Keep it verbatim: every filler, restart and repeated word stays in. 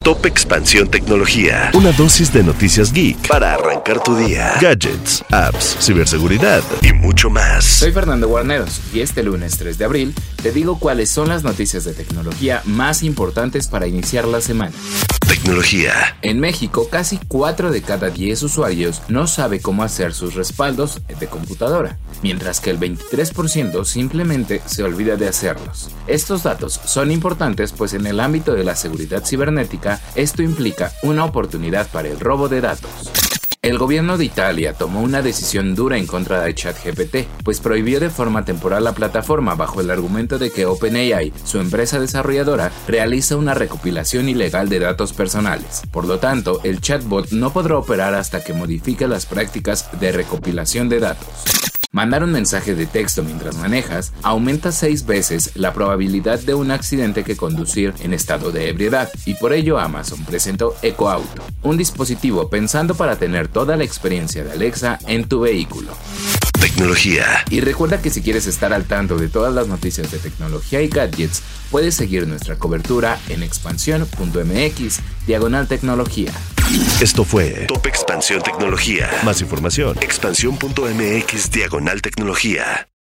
Top Expansión Tecnología. Una dosis de noticias geek para arrancar tu día. Gadgets, apps, ciberseguridad y mucho más. Soy Fernando Guarneros y este lunes tres de abril te digo cuáles son las noticias de tecnología más importantes para iniciar la semana. Tecnología. En México, casi cuatro de cada diez usuarios no sabe cómo hacer sus respaldos de computadora, mientras que el veintitrés por ciento simplemente se olvida de hacerlos. Estos datos son importantes pues en el ámbito de la seguridad cibernética, esto implica una oportunidad para el robo de datos. El gobierno de Italia tomó una decisión dura en contra de ChatGPT, pues prohibió de forma temporal la plataforma bajo el argumento de que OpenAI, su empresa desarrolladora, realiza una recopilación ilegal de datos personales. Por lo tanto, el chatbot no podrá operar hasta que modifique las prácticas de recopilación de datos. Mandar un mensaje de texto mientras manejas aumenta seis veces la probabilidad de un accidente que conducir en estado de ebriedad, y por ello Amazon presentó Echo Auto, un dispositivo pensado para tener toda la experiencia de Alexa en tu vehículo. Tecnología. Y recuerda que si quieres estar al tanto de todas las noticias de tecnología y gadgets, puedes seguir nuestra cobertura en expansión.mx diagonal tecnología. Esto fue Top Expansión Tecnología. Más información, expansión.mx diagonal tecnología.